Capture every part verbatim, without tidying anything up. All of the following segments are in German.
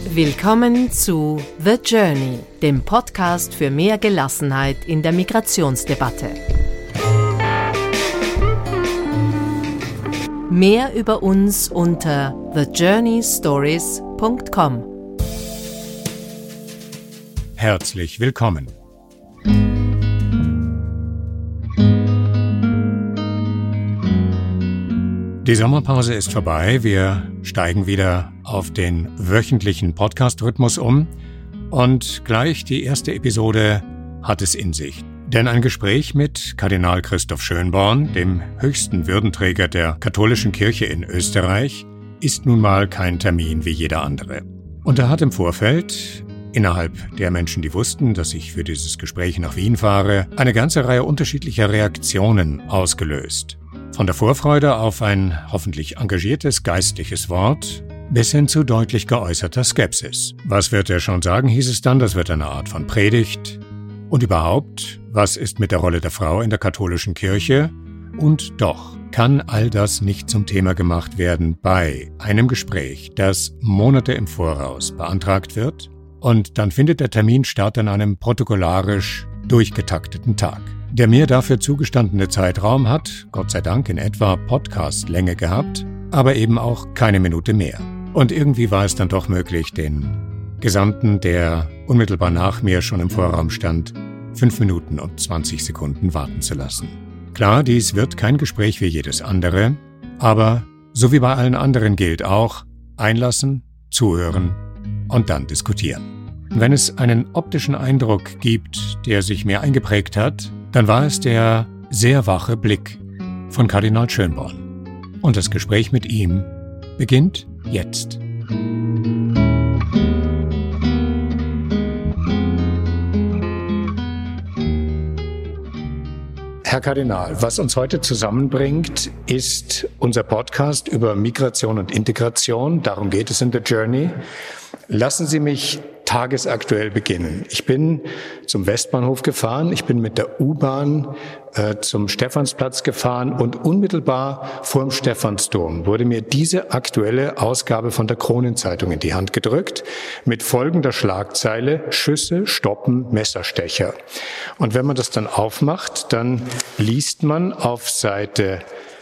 Willkommen zu The Journey, dem Podcast für mehr Gelassenheit in der Migrationsdebatte. Mehr über uns unter the journey stories punkt com. Herzlich willkommen. Die Sommerpause ist vorbei. Wir steigen wieder auf den wöchentlichen Podcast-Rhythmus um. Und gleich die erste Episode hat es in sich. Denn ein Gespräch mit Kardinal Christoph Schönborn, dem höchsten Würdenträger der katholischen Kirche in Österreich, ist nun mal kein Termin wie jeder andere. Und er hat im Vorfeld, innerhalb der Menschen, die wussten, dass ich für dieses Gespräch nach Wien fahre, eine ganze Reihe unterschiedlicher Reaktionen ausgelöst. Von der Vorfreude auf ein hoffentlich engagiertes geistliches Wort bis hin zu deutlich geäußerter Skepsis. Was wird er schon sagen, hieß es dann, das wird eine Art von Predigt. Und überhaupt, was ist mit der Rolle der Frau in der katholischen Kirche? Und doch kann all das nicht zum Thema gemacht werden bei einem Gespräch, das Monate im Voraus beantragt wird. Und dann findet der Termin statt an einem protokollarisch durchgetakteten Tag. Der mir dafür zugestandene Zeitraum hat, Gott sei Dank, in etwa Podcast-Länge gehabt, aber eben auch keine Minute mehr. Und irgendwie war es dann doch möglich, den Gesandten, der unmittelbar nach mir schon im Vorraum stand, fünf Minuten und zwanzig Sekunden warten zu lassen. Klar, dies wird kein Gespräch wie jedes andere, aber so wie bei allen anderen gilt auch, einlassen, zuhören und dann diskutieren. Wenn es einen optischen Eindruck gibt, der sich mir eingeprägt hat, dann war es der sehr wache Blick von Kardinal Schönborn. Und das Gespräch mit ihm beginnt jetzt. Herr Kardinal, was uns heute zusammenbringt, ist unser Podcast über Migration und Integration. Darum geht es in The Journey. Lassen Sie mich tagesaktuell beginnen. Ich bin zum Westbahnhof gefahren, ich bin mit der U-Bahn äh, zum Stephansplatz gefahren und unmittelbar vor dem Stephansdom wurde mir diese aktuelle Ausgabe von der Kronenzeitung in die Hand gedrückt mit folgender Schlagzeile: Schüsse stoppen Messerstecher. Und wenn man das dann aufmacht, dann liest man auf Seite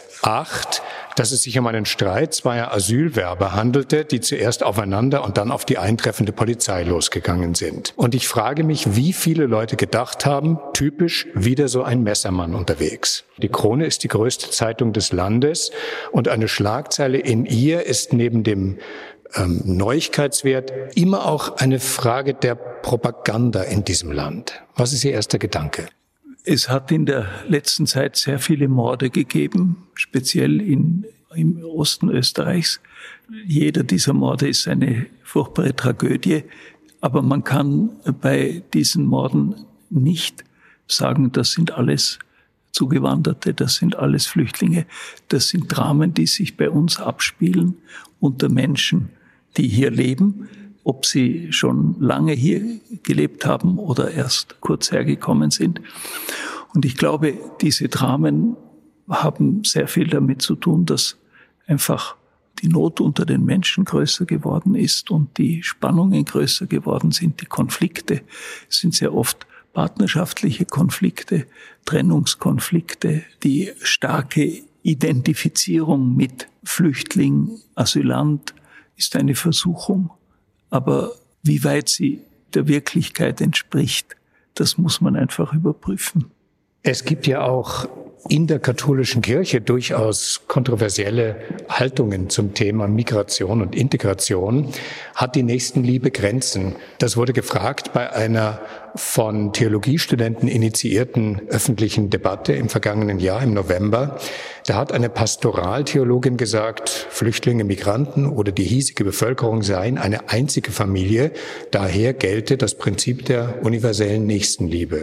acht, dass es sich um einen Streit zweier Asylwerber handelte, die zuerst aufeinander und dann auf die eintreffende Polizei losgegangen sind. Und ich frage mich, wie viele Leute gedacht haben, typisch wieder so ein Messermann unterwegs. Die Krone ist die größte Zeitung des Landes und eine Schlagzeile in ihr ist neben dem ähm, Neuigkeitswert immer auch eine Frage der Propaganda in diesem Land. Was ist Ihr erster Gedanke? Es hat in der letzten Zeit sehr viele Morde gegeben, speziell in, im Osten Österreichs. Jeder dieser Morde ist eine furchtbare Tragödie, aber man kann bei diesen Morden nicht sagen, das sind alles Zugewanderte, das sind alles Flüchtlinge. Das sind Dramen, die sich bei uns abspielen unter Menschen, die hier leben, ob sie schon lange hier gelebt haben oder erst kurz hergekommen sind. Und ich glaube, diese Dramen haben sehr viel damit zu tun, dass einfach die Not unter den Menschen größer geworden ist und die Spannungen größer geworden sind. Die Konflikte sind sehr oft partnerschaftliche Konflikte, Trennungskonflikte, die starke Identifizierung mit Flüchtling, Asylant ist eine Versuchung. Aber wie weit sie der Wirklichkeit entspricht, das muss man einfach überprüfen. Es gibt ja auch in der katholischen Kirche durchaus kontroversielle Haltungen zum Thema Migration und Integration. Hat die Nächstenliebe Grenzen? Das wurde gefragt bei einer von Theologiestudenten initiierten öffentlichen Debatte im vergangenen Jahr, im November. Da hat eine Pastoraltheologin gesagt, Flüchtlinge, Migranten oder die hiesige Bevölkerung seien eine einzige Familie. Daher gelte das Prinzip der universellen Nächstenliebe.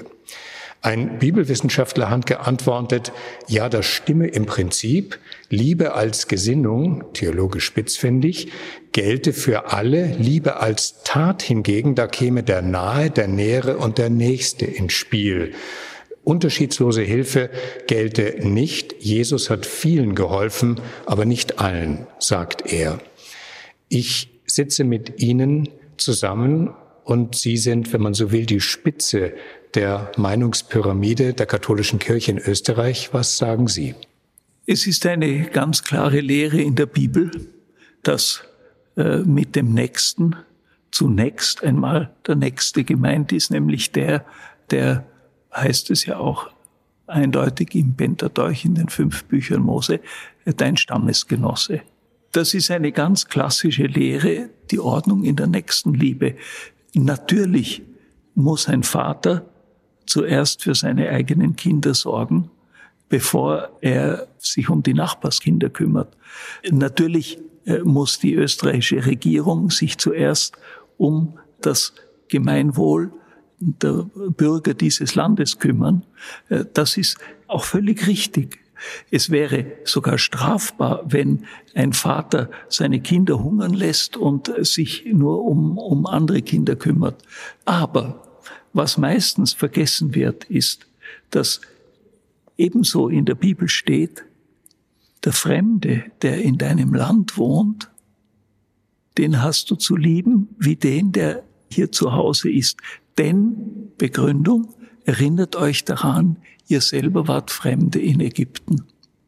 Ein Bibelwissenschaftler hat geantwortet, ja, das stimme im Prinzip. Liebe als Gesinnung, theologisch spitzfindig, gelte für alle. Liebe als Tat hingegen, da käme der Nahe, der Nähere und der Nächste ins Spiel. Unterschiedslose Hilfe gelte nicht. Jesus hat vielen geholfen, aber nicht allen, sagt er. Ich sitze mit Ihnen zusammen und Sie sind, wenn man so will, die Spitze der Meinungspyramide der katholischen Kirche in Österreich. Was sagen Sie? Es ist eine ganz klare Lehre in der Bibel, dass äh, mit dem Nächsten zunächst einmal der Nächste gemeint ist, nämlich der, der, heißt es ja auch eindeutig im Pentateuch, in den fünf Büchern Mose, dein Stammesgenosse. Das ist eine ganz klassische Lehre, die Ordnung in der Nächstenliebe. Natürlich muss ein Vater zuerst für seine eigenen Kinder sorgen, bevor er sich um die Nachbarskinder kümmert. Natürlich muss die österreichische Regierung sich zuerst um das Gemeinwohl der Bürger dieses Landes kümmern. Das ist auch völlig richtig. Es wäre sogar strafbar, wenn ein Vater seine Kinder hungern lässt und sich nur um, um andere Kinder kümmert. Aber was meistens vergessen wird, ist, dass ebenso in der Bibel steht, der Fremde, der in deinem Land wohnt, den hast du zu lieben wie den, der hier zu Hause ist. Denn, Begründung, erinnert euch daran, ihr selber wart Fremde in Ägypten.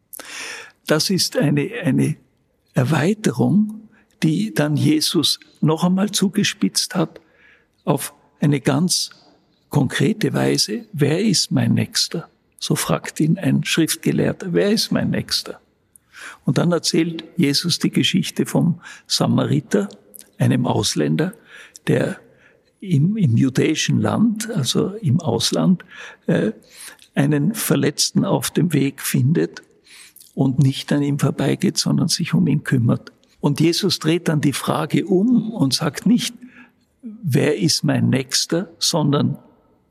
Das ist eine, eine Erweiterung, die dann Jesus noch einmal zugespitzt hat auf eine ganz konkrete Weise. Wer ist mein Nächster? So fragt ihn ein Schriftgelehrter, wer ist mein Nächster? Und dann erzählt Jesus die Geschichte vom Samariter, einem Ausländer, der im, im judäischen Land, also im Ausland, äh, einen Verletzten auf dem Weg findet und nicht an ihm vorbeigeht, sondern sich um ihn kümmert. Und Jesus dreht dann die Frage um und sagt nicht, wer ist mein Nächster, sondern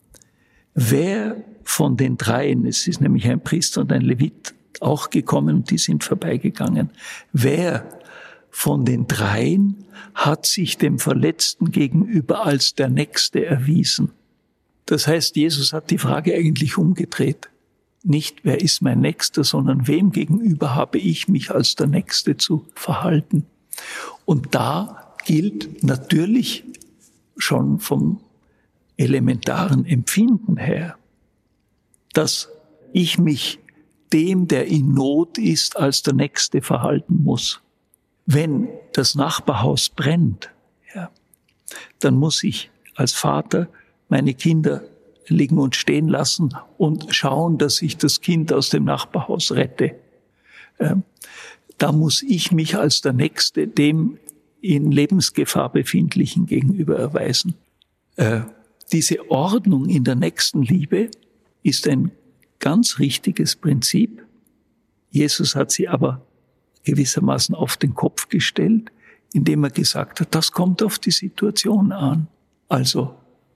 wer von den dreien, es ist nämlich ein Priester und ein Levit auch gekommen und die sind vorbeigegangen, wer von den dreien hat sich dem Verletzten gegenüber als der Nächste erwiesen? Das heißt, Jesus hat die Frage eigentlich umgedreht. Nicht, wer ist mein Nächster, sondern wem gegenüber habe ich mich als der Nächste zu verhalten? Und da gilt natürlich schon vom elementaren Empfinden her, dass ich mich dem, der in Not ist, als der Nächste verhalten muss. Wenn das Nachbarhaus brennt, ja, dann muss ich als Vater meine Kinder liegen und stehen lassen und schauen, dass ich das Kind aus dem Nachbarhaus rette. Ähm, da muss ich mich als der Nächste dem in Lebensgefahr befindlichen gegenüber erweisen. Äh, diese Ordnung in der Nächstenliebe ist ein ganz richtiges Prinzip. Jesus hat sie aber gewissermaßen auf den Kopf gestellt, indem er gesagt hat, das kommt auf die Situation an. Also,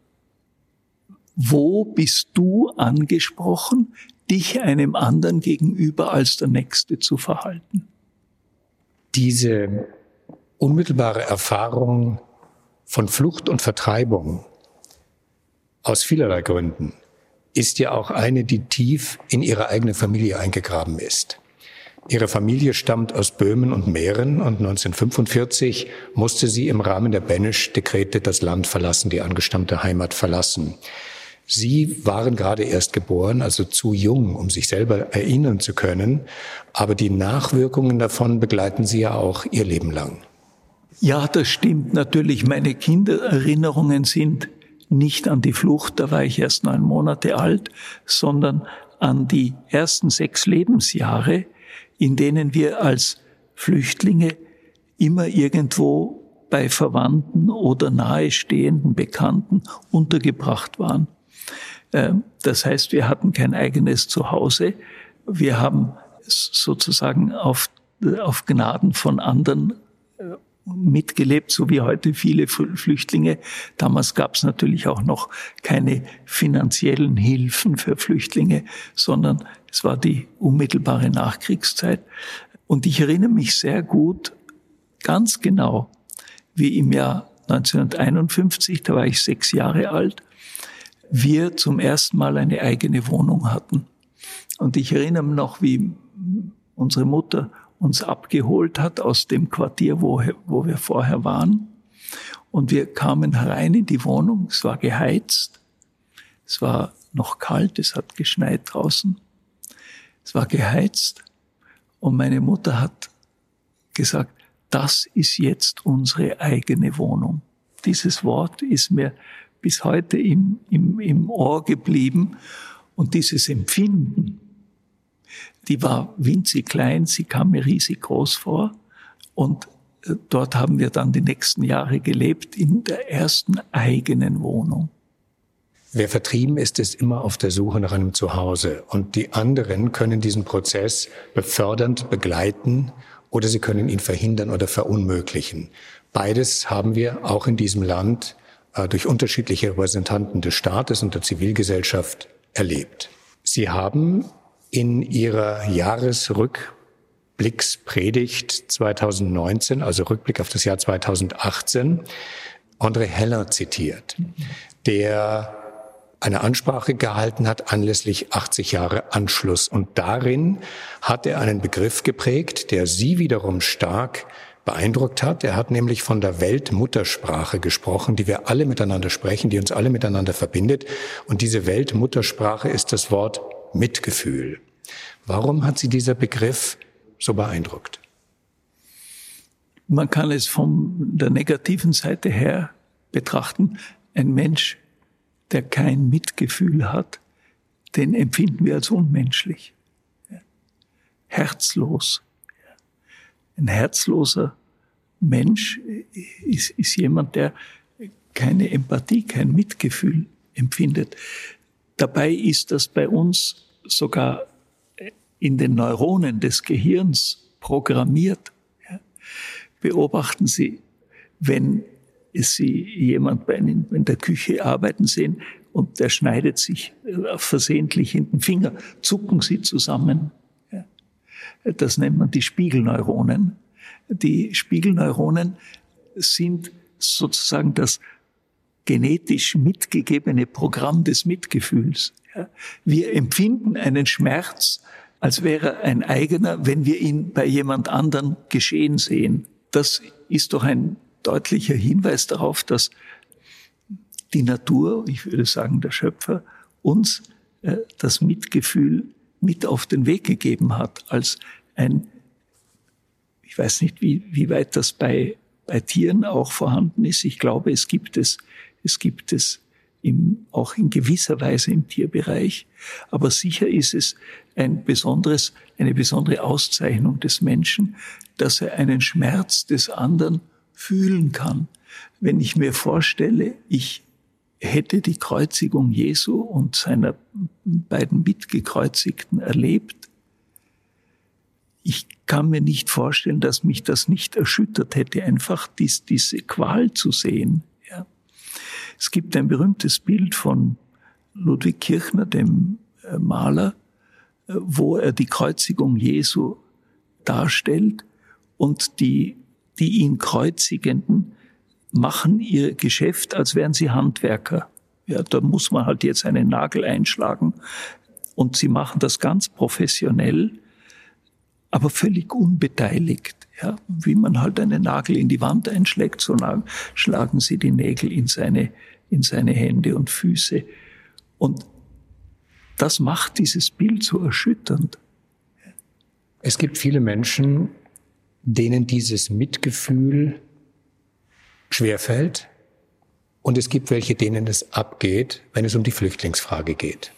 wo bist du angesprochen, dich einem anderen gegenüber als der Nächste zu verhalten? Diese unmittelbare Erfahrung von Flucht und Vertreibung aus vielerlei Gründen ist ja auch eine, die tief in ihre eigene Familie eingegraben ist. Ihre Familie stammt aus Böhmen und Mähren und neunzehnhundertfünfundvierzig musste sie im Rahmen der Benesch-Dekrete das Land verlassen, die angestammte Heimat verlassen. Sie waren gerade erst geboren, also zu jung, um sich selber erinnern zu können, aber die Nachwirkungen davon begleiten sie ja auch ihr Leben lang. Ja, das stimmt natürlich. Meine Kindererinnerungen sind nicht an die Flucht, da war ich erst neun Monate alt, sondern an die ersten sechs Lebensjahre, in denen wir als Flüchtlinge immer irgendwo bei Verwandten oder nahestehenden Bekannten untergebracht waren. Das heißt, wir hatten kein eigenes Zuhause. Wir haben sozusagen auf, auf Gnaden von anderen mitgelebt, so wie heute viele Flüchtlinge. Damals gab es natürlich auch noch keine finanziellen Hilfen für Flüchtlinge, sondern es war die unmittelbare Nachkriegszeit. Und ich erinnere mich sehr gut, ganz genau, wie im Jahr neunzehnhunderteinundfünfzig, da war ich sechs Jahre alt, wir zum ersten Mal eine eigene Wohnung hatten. Und ich erinnere mich noch, wie unsere Mutter uns abgeholt hat aus dem Quartier, wo, wo wir vorher waren. Und wir kamen herein in die Wohnung, es war geheizt, es war noch kalt, es hat geschneit draußen, es war geheizt und meine Mutter hat gesagt, das ist jetzt unsere eigene Wohnung. Dieses Wort ist mir bis heute im, im, im Ohr geblieben und dieses Empfinden, die war winzig klein, sie kam mir riesig groß vor und dort haben wir dann die nächsten Jahre gelebt, in der ersten eigenen Wohnung. Wer vertrieben ist, ist immer auf der Suche nach einem Zuhause. Und die anderen können diesen Prozess befördernd begleiten oder sie können ihn verhindern oder verunmöglichen. Beides haben wir auch in diesem Land äh, durch unterschiedliche Repräsentanten des Staates und der Zivilgesellschaft erlebt. Sie haben in Ihrer Jahresrückblick Blickspredigt zweitausendneunzehn, also Rückblick auf das Jahr zweitausendachtzehn, André Heller zitiert, der eine Ansprache gehalten hat anlässlich achtzig Jahre Anschluss. Und darin hat er einen Begriff geprägt, der Sie wiederum stark beeindruckt hat. Er hat nämlich von der Weltmuttersprache gesprochen, die wir alle miteinander sprechen, die uns alle miteinander verbindet. Und diese Weltmuttersprache ist das Wort Mitgefühl. Warum hat Sie dieser Begriff so beeindruckt? Man kann es von der negativen Seite her betrachten. Ein Mensch, der kein Mitgefühl hat, den empfinden wir als unmenschlich. Herzlos. Ein herzloser Mensch ist, ist jemand, der keine Empathie, kein Mitgefühl empfindet. Dabei ist das bei uns sogar in den Neuronen des Gehirns programmiert. Ja. Beobachten Sie, wenn Sie jemand bei Ihnen in der Küche arbeiten sehen und der schneidet sich versehentlich in den Finger, zucken Sie zusammen. Ja. Das nennt man die Spiegelneuronen. Die Spiegelneuronen sind sozusagen das genetisch mitgegebene Programm des Mitgefühls. Ja. Wir empfinden einen Schmerz, als wäre er ein eigener, wenn wir ihn bei jemand anderem geschehen sehen. Das ist doch ein deutlicher Hinweis darauf, dass die Natur, ich würde sagen der Schöpfer, uns äh, das Mitgefühl mit auf den Weg gegeben hat, als ein, ich weiß nicht, wie, wie weit das bei, bei Tieren auch vorhanden ist. Ich glaube, es gibt es, es gibt es Im, auch in gewisser Weise im Tierbereich. Aber sicher ist es ein besonderes, eine besondere Auszeichnung des Menschen, dass er einen Schmerz des anderen fühlen kann. Wenn ich mir vorstelle, ich hätte die Kreuzigung Jesu und seiner beiden Mitgekreuzigten erlebt, ich kann mir nicht vorstellen, dass mich das nicht erschüttert hätte, einfach dies, diese Qual zu sehen. Ja. Es gibt ein berühmtes Bild von Ludwig Kirchner, dem Maler, wo er die Kreuzigung Jesu darstellt und die, die ihn Kreuzigenden machen ihr Geschäft, als wären sie Handwerker. Ja, da muss man halt jetzt einen Nagel einschlagen und sie machen das ganz professionell, aber völlig unbeteiligt. Ja, wie man halt einen Nagel in die Wand einschlägt, so schlagen sie die Nägel in seine, in seine Hände und Füße. Und das macht dieses Bild so erschütternd. Es gibt viele Menschen, denen dieses Mitgefühl schwerfällt. Und es gibt welche, denen es abgeht, wenn es um die Flüchtlingsfrage geht.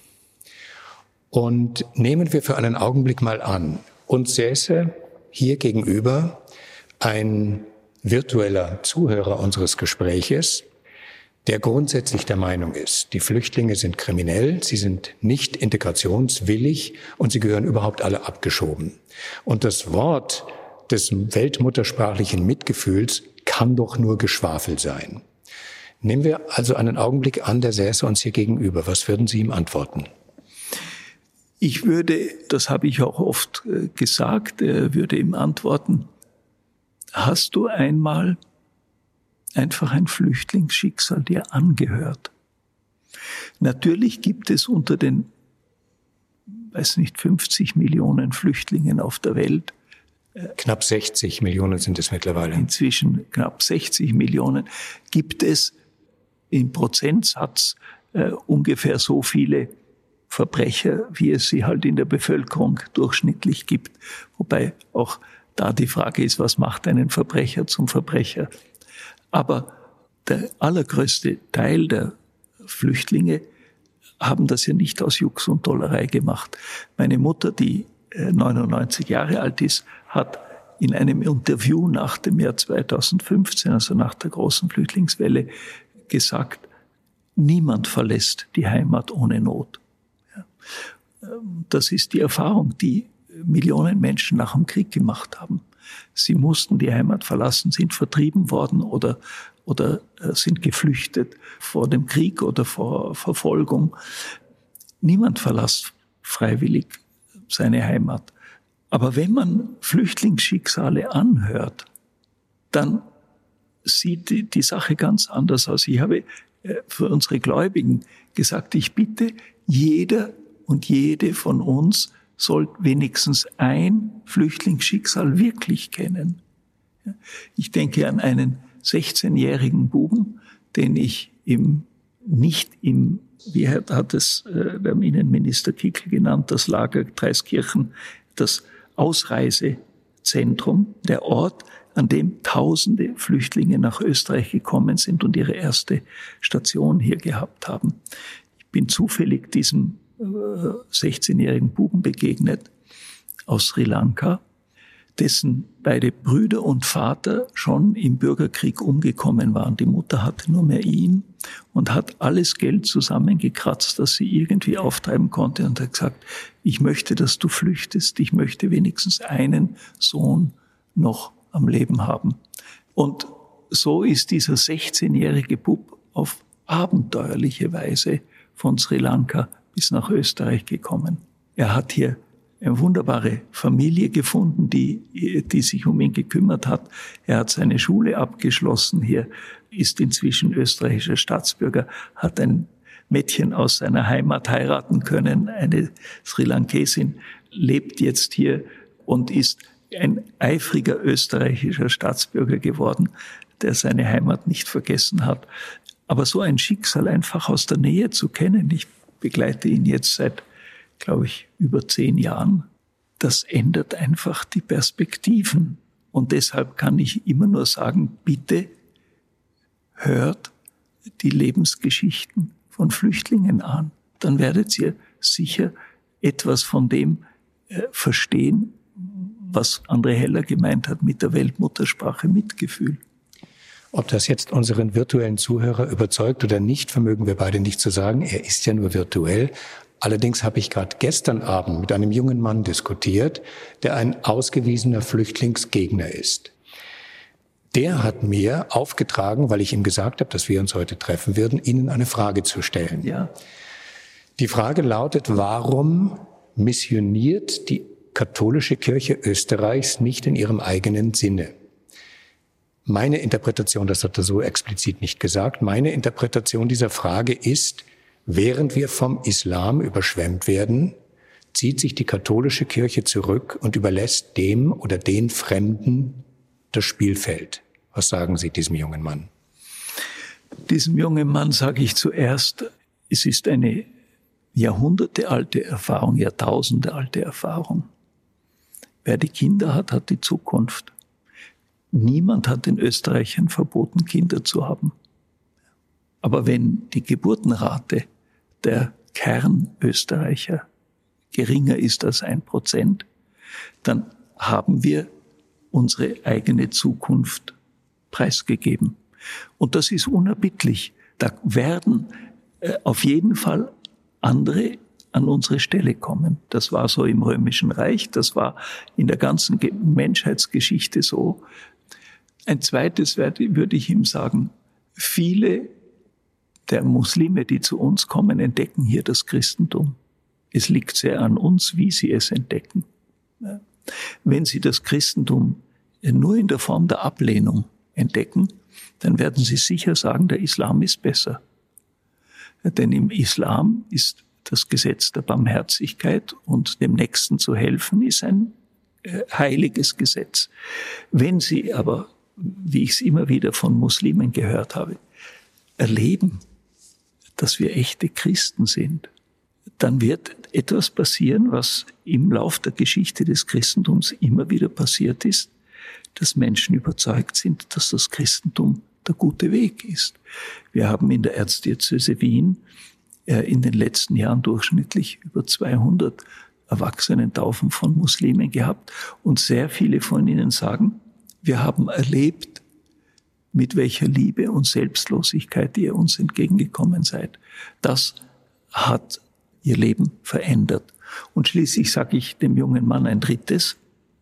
Und nehmen wir für einen Augenblick mal an, uns säße hier gegenüber ein virtueller Zuhörer unseres Gespräches, der grundsätzlich der Meinung ist, die Flüchtlinge sind kriminell, sie sind nicht integrationswillig und sie gehören überhaupt alle abgeschoben. Und das Wort des weltmuttersprachlichen Mitgefühls kann doch nur Geschwafel sein. Nehmen wir also einen Augenblick an, der säße uns hier gegenüber. Was würden Sie ihm antworten? Ich würde, das habe ich auch oft gesagt, würde ihm antworten, hast du einmal einfach ein Flüchtlingsschicksal dir angehört? Natürlich gibt es unter den, weiß nicht, fünfzig Millionen Flüchtlingen auf der Welt Knapp sechzig Millionen sind es mittlerweile. Inzwischen knapp sechzig Millionen. Gibt es im Prozentsatz äh, ungefähr so viele Verbrecher, wie es sie halt in der Bevölkerung durchschnittlich gibt. Wobei auch da die Frage ist, was macht einen Verbrecher zum Verbrecher? Aber der allergrößte Teil der Flüchtlinge haben das ja nicht aus Jux und Dollerei gemacht. Meine Mutter, die neunundneunzig Jahre alt ist, hat in einem Interview nach dem Jahr zweitausendfünfzehn, also nach der großen Flüchtlingswelle, gesagt, niemand verlässt die Heimat ohne Not. Das ist die Erfahrung, die Millionen Menschen nach dem Krieg gemacht haben. Sie mussten die Heimat verlassen, sind vertrieben worden oder, oder sind geflüchtet vor dem Krieg oder vor Verfolgung. Niemand verlässt freiwillig seine Heimat. Aber wenn man Flüchtlingsschicksale anhört, dann sieht die, die Sache ganz anders aus. Ich habe für unsere Gläubigen gesagt, ich bitte, jeder und jede von uns soll wenigstens ein Flüchtlingsschicksal wirklich kennen. Ich denke an einen sechzehnjährigen Buben, den ich im, nicht im, wie hat es äh, der Innenminister Kickl genannt, das Lager Dreiskirchen, das Ausreisezentrum, der Ort, an dem Tausende Flüchtlinge nach Österreich gekommen sind und ihre erste Station hier gehabt haben. Ich bin zufällig diesem sechzehnjährigen Buben begegnet aus Sri Lanka, dessen beide Brüder und Vater schon im Bürgerkrieg umgekommen waren. Die Mutter hatte nur mehr ihn und hat alles Geld zusammengekratzt, das sie irgendwie auftreiben konnte und hat gesagt, ich möchte, dass du flüchtest, ich möchte wenigstens einen Sohn noch am Leben haben. Und so ist dieser sechzehnjährige Bub auf abenteuerliche Weise von Sri Lanka bis nach Österreich gekommen. Er hat hier eine wunderbare Familie gefunden, die, die sich um ihn gekümmert hat. Er hat seine Schule abgeschlossen hier, ist inzwischen österreichischer Staatsbürger, hat ein Mädchen aus seiner Heimat heiraten können, eine Sri Lankesin, lebt jetzt hier und ist ein eifriger österreichischer Staatsbürger geworden, der seine Heimat nicht vergessen hat. Aber so ein Schicksal einfach aus der Nähe zu kennen, ich begleite ihn jetzt seit, glaube ich, über zehn Jahren. Das ändert einfach die Perspektiven. Und deshalb kann ich immer nur sagen, bitte hört die Lebensgeschichten von Flüchtlingen an. Dann werdet ihr sicher etwas von dem äh, verstehen, was André Heller gemeint hat mit der Weltmuttersprache Mitgefühl. Ob das jetzt unseren virtuellen Zuhörer überzeugt oder nicht, vermögen wir beide nicht zu sagen. Er ist ja nur virtuell. Allerdings habe ich gerade gestern Abend mit einem jungen Mann diskutiert, der ein ausgewiesener Flüchtlingsgegner ist. Der hat mir aufgetragen, weil ich ihm gesagt habe, dass wir uns heute treffen würden, Ihnen eine Frage zu stellen. Ja. Die Frage lautet, warum missioniert die katholische Kirche Österreichs nicht in ihrem eigenen Sinne? Meine Interpretation, das hat er so explizit nicht gesagt, meine Interpretation dieser Frage ist, während wir vom Islam überschwemmt werden, zieht sich die katholische Kirche zurück und überlässt dem oder den Fremden das Spielfeld. Was sagen Sie diesem jungen Mann? Diesem jungen Mann sage ich zuerst, es ist eine jahrhundertealte Erfahrung, jahrtausendealte Erfahrung. Wer die Kinder hat, hat die Zukunft. Niemand hat den Österreichern verboten, Kinder zu haben. Aber wenn die Geburtenrate der Kernösterreicher geringer ist als ein Prozent, dann haben wir unsere eigene Zukunft preisgegeben. Und das ist unerbittlich. Da werden äh, auf jeden Fall andere an unsere Stelle kommen. Das war so im Römischen Reich, das war in der ganzen Menschheitsgeschichte so. Ein zweites würde ich ihm sagen, viele der Muslime, die zu uns kommen, entdecken hier das Christentum. Es liegt sehr an uns, wie sie es entdecken. Wenn sie das Christentum nur in der Form der Ablehnung entdecken, dann werden sie sicher sagen, der Islam ist besser. Denn im Islam ist das Gesetz der Barmherzigkeit und dem Nächsten zu helfen, ist ein heiliges Gesetz. Wenn sie aber, wie ich es immer wieder von Muslimen gehört habe, erleben, dass wir echte Christen sind, dann wird etwas passieren, was im Lauf der Geschichte des Christentums immer wieder passiert ist, dass Menschen überzeugt sind, dass das Christentum der gute Weg ist. Wir haben in der Erzdiözese Wien in den letzten Jahren durchschnittlich über zweihundert Erwachsenentaufen von Muslimen gehabt und sehr viele von ihnen sagen, wir haben erlebt, mit welcher Liebe und Selbstlosigkeit ihr uns entgegengekommen seid. Das hat ihr Leben verändert. Und schließlich sage ich dem jungen Mann ein drittes,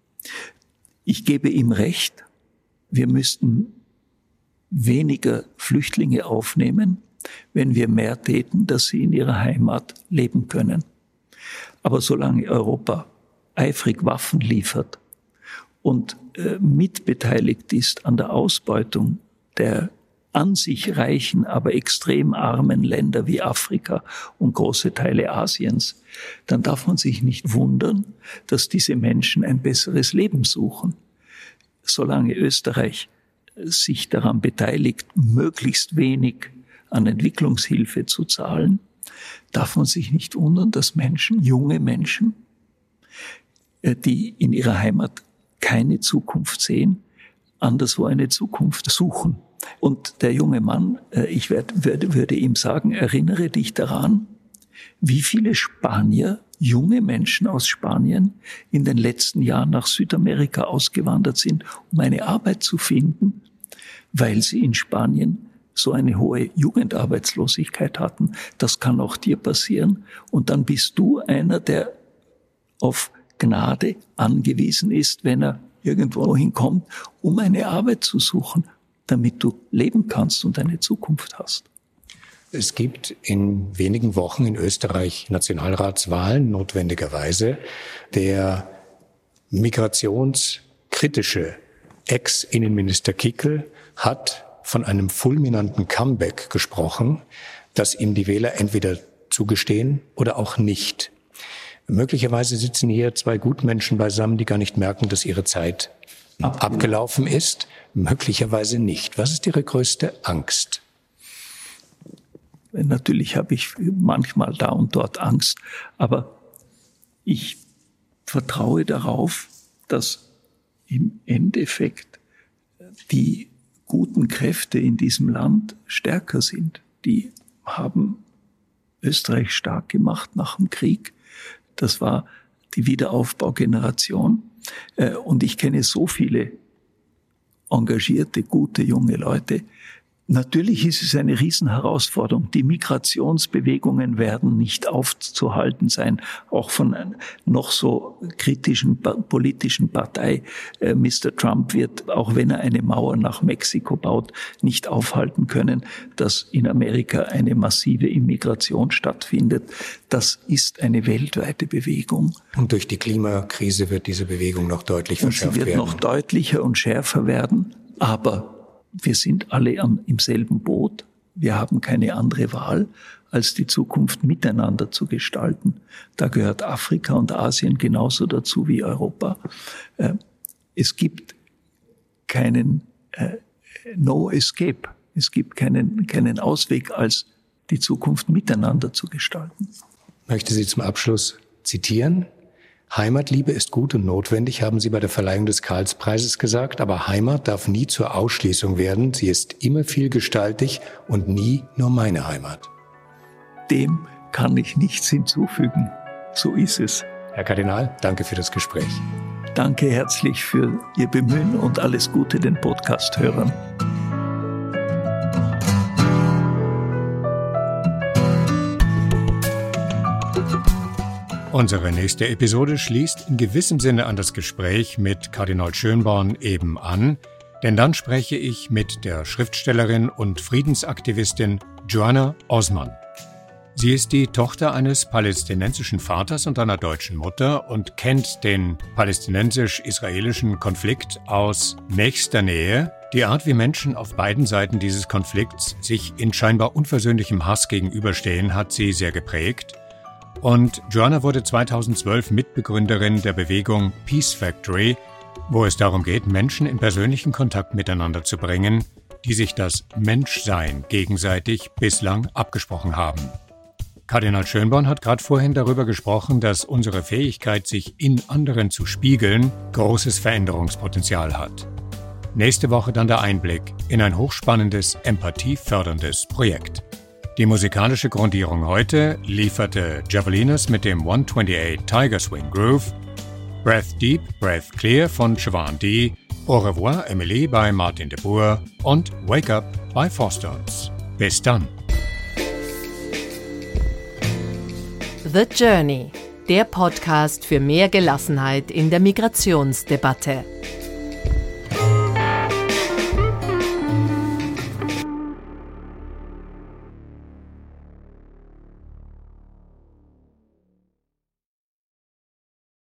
ich gebe ihm recht, wir müssten weniger Flüchtlinge aufnehmen, wenn wir mehr täten, dass sie in ihrer Heimat leben können. Aber solange Europa eifrig Waffen liefert und äh, mitbeteiligt ist an der Ausbeutung der an sich reichen, aber extrem armen Länder wie Afrika und große Teile Asiens, dann darf man sich nicht wundern, dass diese Menschen ein besseres Leben suchen. Solange Österreich sich daran beteiligt, möglichst wenig an Entwicklungshilfe zu zahlen, darf man sich nicht wundern, dass Menschen, junge Menschen, die in ihrer Heimat keine Zukunft sehen, anderswo eine Zukunft suchen. Und der junge Mann, ich werd, würde, würde ihm sagen, erinnere dich daran, wie viele Spanier, junge Menschen aus Spanien, in den letzten Jahren nach Südamerika ausgewandert sind, um eine Arbeit zu finden, weil sie in Spanien so eine hohe Jugendarbeitslosigkeit hatten. Das kann auch dir passieren. Und dann bist du einer, der auf Gnade angewiesen ist, wenn er irgendwo hinkommt, um eine Arbeit zu suchen, damit du leben kannst und eine Zukunft hast. Es gibt in wenigen Wochen in Österreich Nationalratswahlen, notwendigerweise. Der migrationskritische Ex-Innenminister Kickl hat von einem fulminanten Comeback gesprochen, das ihm die Wähler entweder zugestehen oder auch nicht. Möglicherweise sitzen hier zwei Gutmenschen beisammen, die gar nicht merken, dass ihre Zeit abgelaufen ist. Möglicherweise nicht. Was ist Ihre größte Angst? Natürlich habe ich manchmal da und dort Angst, aber ich vertraue darauf, dass im Endeffekt die guten Kräfte in diesem Land stärker sind. Die haben Österreich stark gemacht nach dem Krieg. Das war die Wiederaufbaugeneration. Und ich kenne so viele engagierte, gute, junge Leute. Natürlich ist es eine Riesenherausforderung. Die Migrationsbewegungen werden nicht aufzuhalten sein, auch von einer noch so kritischen politischen Partei. Mister Trump wird, auch wenn er eine Mauer nach Mexiko baut, nicht aufhalten können, dass in Amerika eine massive Immigration stattfindet. Das ist eine weltweite Bewegung. Und durch die Klimakrise wird diese Bewegung noch deutlich verschärft werden. Sie wird noch deutlicher und schärfer werden, aber wir sind alle am, im selben Boot. Wir haben keine andere Wahl, als die Zukunft miteinander zu gestalten. Da gehört Afrika und Asien genauso dazu wie Europa. Äh, es gibt keinen äh, No Escape. Es gibt keinen, keinen Ausweg, als die Zukunft miteinander zu gestalten. Ich möchte Sie zum Abschluss zitieren. Heimatliebe ist gut und notwendig, haben Sie bei der Verleihung des Karlspreises gesagt, aber Heimat darf nie zur Ausschließung werden. Sie ist immer vielgestaltig und nie nur meine Heimat. Dem kann ich nichts hinzufügen. So ist es. Herr Kardinal, danke für das Gespräch. Danke herzlich für Ihr Bemühen und alles Gute den Podcast-Hörern. Unsere nächste Episode schließt in gewissem Sinne an das Gespräch mit Kardinal Schönborn eben an, denn dann spreche ich mit der Schriftstellerin und Friedensaktivistin Joanna Osman. Sie ist die Tochter eines palästinensischen Vaters und einer deutschen Mutter und kennt den palästinensisch-israelischen Konflikt aus nächster Nähe. Die Art, wie Menschen auf beiden Seiten dieses Konflikts sich in scheinbar unversöhnlichem Hass gegenüberstehen, hat sie sehr geprägt. Und Joanna wurde zweitausendzwölf Mitbegründerin der Bewegung Peace Factory, wo es darum geht, Menschen in persönlichen Kontakt miteinander zu bringen, die sich das Menschsein gegenseitig bislang abgesprochen haben. Kardinal Schönborn hat gerade vorhin darüber gesprochen, dass unsere Fähigkeit, sich in anderen zu spiegeln, großes Veränderungspotenzial hat. Nächste Woche dann der Einblick in ein hochspannendes, empathieförderndes Projekt. Die musikalische Grundierung heute lieferte Javelinas mit dem hundertachtundzwanzig Tiger Swing Groove, Breath Deep, Breath Clear von Siobhan D., Au revoir Emily bei Martin de Boer und Wake Up bei Four Stones. Bis dann. The Journey, der Podcast für mehr Gelassenheit in der Migrationsdebatte.